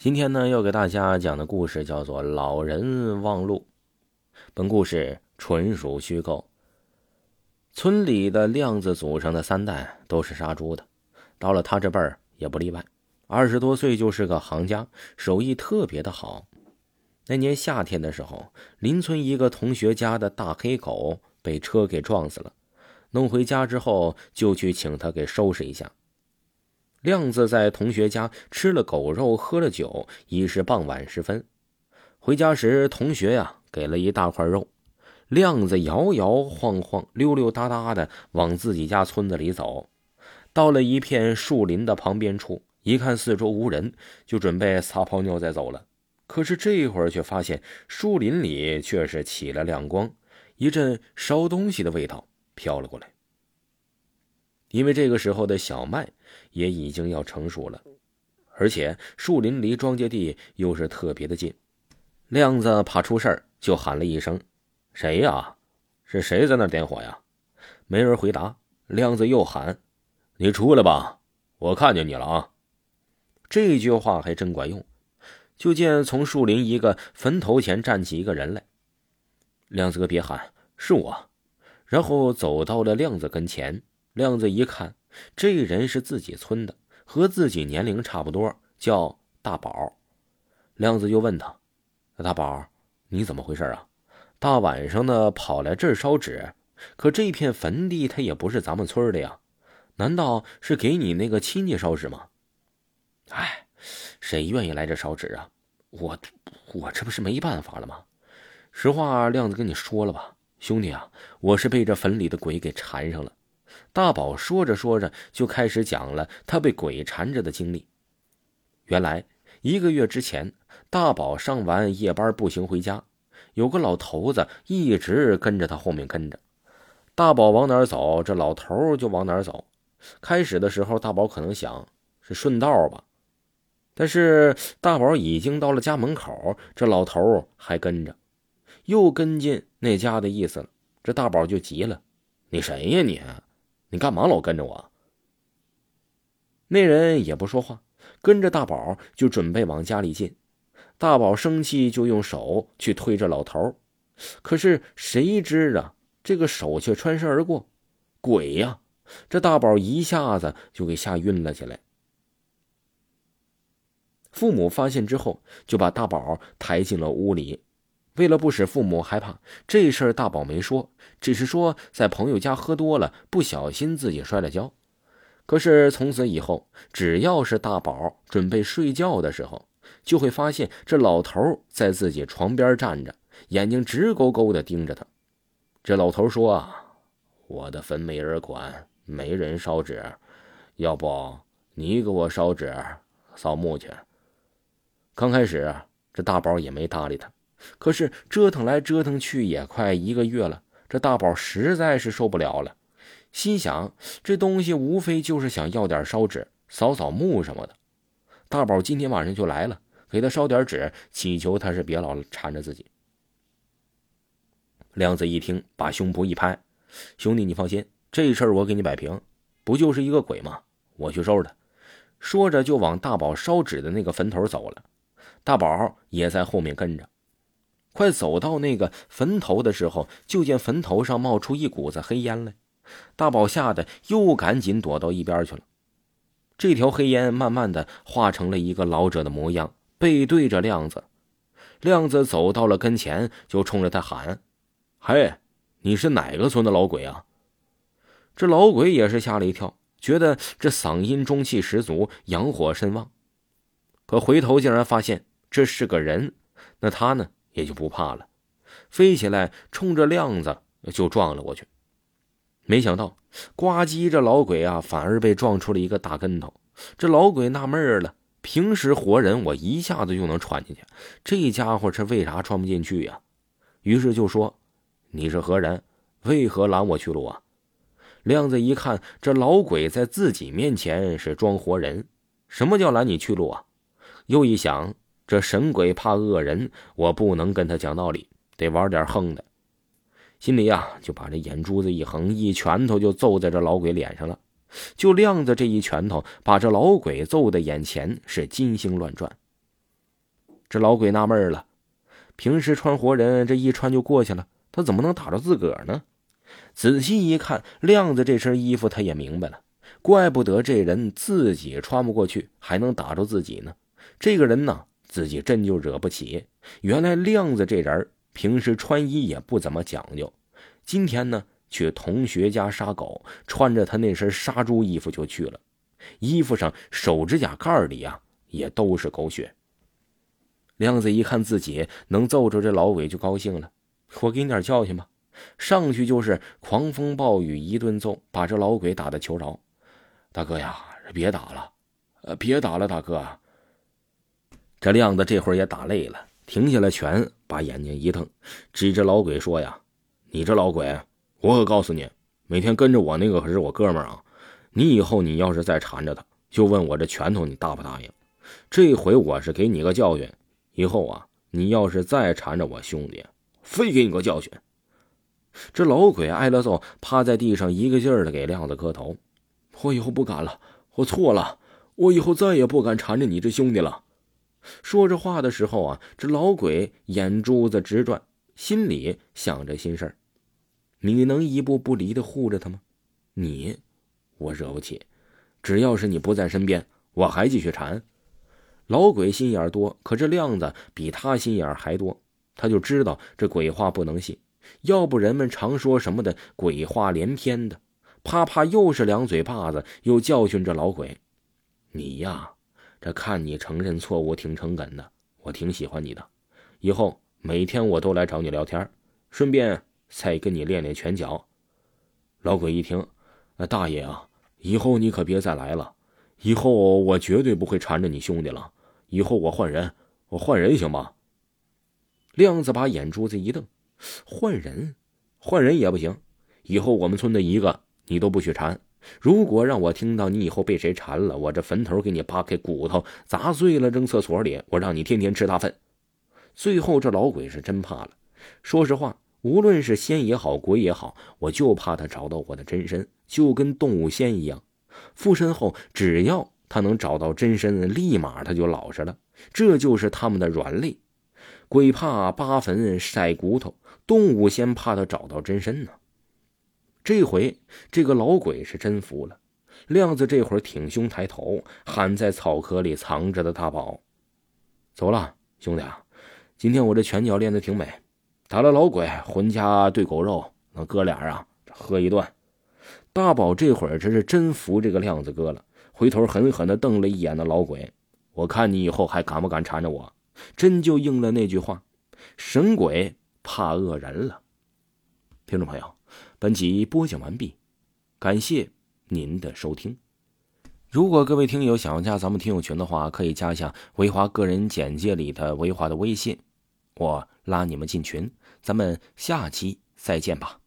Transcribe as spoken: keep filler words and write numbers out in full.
今天呢，要给大家讲的故事叫做《老人忘路》。本故事纯属虚构。村里的亮子祖上的三代都是杀猪的，到了他这辈儿也不例外。二十多岁就是个行家，手艺特别的好。那年夏天的时候，邻村一个同学家的大黑狗被车给撞死了，弄回家之后就去请他给收拾一下。亮子在同学家吃了狗肉，喝了酒，已是傍晚时分。回家时，同学呀给了一大块肉，亮子摇摇晃晃、溜溜达达的往自己家村子里走。到了一片树林的旁边处，一看四周无人，就准备撒泡尿再走了。可是这会儿却发现树林里却是起了亮光，一阵烧东西的味道飘了过来。因为这个时候的小麦也已经要成熟了，而且树林离庄稼地又是特别的近。亮子怕出事儿，就喊了一声：“谁呀？是谁在那点火呀？”没人回答。亮子又喊：“你出来吧，我看见你了啊！”这句话还真管用。就见从树林一个坟头前站起一个人来。亮子哥别喊，是我。然后走到了亮子跟前。亮子一看，这人是自己村的，和自己年龄差不多，叫大宝。亮子就问他：“大宝，你怎么回事啊？大晚上的跑来这儿烧纸，可这片坟地它也不是咱们村的呀，难道是给你那个亲戚烧纸吗？”“哎，谁愿意来这烧纸啊？我我这不是没办法了吗？实话亮子跟你说了吧，兄弟啊，我是被这坟里的鬼给缠上了。”大宝说着说着就开始讲了他被鬼缠着的经历。原来一个月之前，大宝上完夜班步行回家，有个老头子一直跟着他后面跟着。大宝往哪儿走，这老头就往哪儿走。开始的时候大宝可能想是顺道吧，但是大宝已经到了家门口，这老头还跟着，又跟进那家的意思了。这大宝就急了：“你谁呀你？你干嘛老跟着我？”那人也不说话，跟着大宝就准备往家里进。大宝生气，就用手去推着老头，可是谁知啊，这个手却穿身而过。鬼呀！这大宝一下子就给吓晕了起来。父母发现之后，就把大宝抬进了屋里。为了不使父母害怕，这事儿大宝没说，只是说在朋友家喝多了，不小心自己摔了跤。可是从此以后，只要是大宝准备睡觉的时候，就会发现这老头在自己床边站着，眼睛直勾勾地盯着他。这老头说啊：“我的坟没人管，没人烧纸，要不你给我烧纸扫墓去。”刚开始这大宝也没搭理他，可是折腾来折腾去也快一个月了，这大宝实在是受不了了，心想这东西无非就是想要点烧纸扫扫墓什么的。大宝今天晚上就来了，给他烧点纸，祈求他是别老缠着自己。亮子一听，把胸脯一拍：“兄弟你放心，这事儿我给你摆平，不就是一个鬼吗？我去收拾他。”说着就往大宝烧纸的那个坟头走了。大宝也在后面跟着。快走到那个坟头的时候，就见坟头上冒出一股子黑烟来。大宝吓得又赶紧躲到一边去了。这条黑烟慢慢的化成了一个老者的模样，背对着亮子。亮子走到了跟前，就冲着他喊：“嘿，你是哪个村的老鬼啊？”这老鬼也是吓了一跳，觉得这嗓音中气十足，阳火甚旺。可回头竟然发现这是个人，那他呢也就不怕了，飞起来冲着亮子就撞了过去。没想到呱唧，这老鬼啊反而被撞出了一个大跟头。这老鬼纳闷了，平时活人我一下子就能穿进去，这家伙是为啥穿不进去呀？于是就说：“你是何人？为何拦我去路啊？”亮子一看这老鬼在自己面前是装活人，什么叫拦你去路啊？又一想，这神鬼怕恶人，我不能跟他讲道理，得玩点横的。心里啊就把这眼珠子一横，一拳头就揍在这老鬼脸上了。就亮子这一拳头，把这老鬼揍的眼前是金星乱转。 这老鬼纳闷了，平时穿活人这一穿就过去了，他怎么能打着自个儿呢？仔细一看，亮子这身衣服他也明白了，怪不得这人自己穿不过去还能打着自己呢。这个人呢，自己真就惹不起。原来亮子这人平时穿衣也不怎么讲究，今天呢去同学家杀狗，穿着他那身杀猪衣服就去了，衣服上手指甲盖里啊也都是狗血。亮子一看自己能揍着这老鬼就高兴了，我给你点教训吧。上去就是狂风暴雨一顿揍，把这老鬼打得求饶。大哥呀，别打了，呃，别打了，大哥啊！这亮子这会儿也打累了，停下了拳，把眼睛一瞪，指着老鬼说呀：“你这老鬼，我可告诉你，每天跟着我那个可是我哥们儿啊！你以后你要是再缠着他，就问我这拳头你答不答应？这回我是给你个教训，以后啊，你要是再缠着我兄弟，非给你个教训！”这老鬼挨了揍，趴在地上一个劲儿的给亮子磕头：“我以后不敢了，我错了，我以后再也不敢缠着你这兄弟了。”说着话的时候啊，这老鬼眼珠子直转，心里想着心事儿：你能一步不离的护着他吗？你我惹不起，只要是你不在身边，我还继续缠。老鬼心眼多，可这亮子比他心眼还多，他就知道这鬼话不能信，要不人们常说什么的鬼话连篇的。啪啪又是两嘴巴子，又教训这老鬼：你呀，这看你承认错误挺诚恳的，我挺喜欢你的，以后每天我都来找你聊天，顺便再跟你练练拳脚。老鬼一听：大爷啊，以后你可别再来了，以后我绝对不会缠着你兄弟了，以后我换人，我换人行吗？亮子把眼珠子一瞪：换人？换人也不行，以后我们村的一个你都不许缠，如果让我听到你以后被谁缠了，我这坟头给你扒开，骨头砸碎了扔厕所里，我让你天天吃大粪。最后这老鬼是真怕了，说实话，无论是仙也好，鬼也好，我就怕他找到我的真身，就跟动物仙一样，附身后只要他能找到真身，立马他就老实了，这就是他们的软肋。鬼怕扒坟晒骨头，动物仙怕他找到真身呢。这回这个老鬼是真服了，亮子这会儿挺胸抬头，喊在草窠里藏着的大宝：走了，兄弟啊，今天我这拳脚练得挺美，打了老鬼，浑家对狗肉，那哥俩啊喝一顿。大宝这会儿这是真服这个亮子哥了，回头狠狠地瞪了一眼那老鬼：我看你以后还敢不敢缠着我？真就应了那句话，神鬼怕恶人了。听众朋友，本集播讲完毕，感谢您的收听。如果各位听友想要加咱们听友群的话，可以加一下维华个人简介里的维华的微信，我拉你们进群，咱们下期再见吧。